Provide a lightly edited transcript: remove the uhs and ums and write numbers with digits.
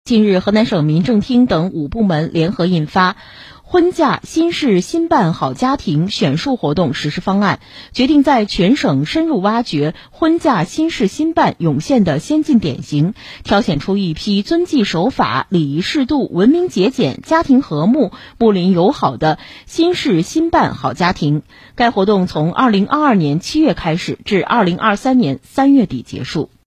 近日，河南省民政厅等5部门联合印发婚嫁新事新办好家庭选树活动实施方案，决定在全省深入挖掘婚嫁新事新办涌现的先进典型，挑选出一批遵纪守法、礼仪适度、文明节俭、家庭和睦、睦邻友好的新事新办好家庭。该活动从2022年7月开始，至2023年3月底结束。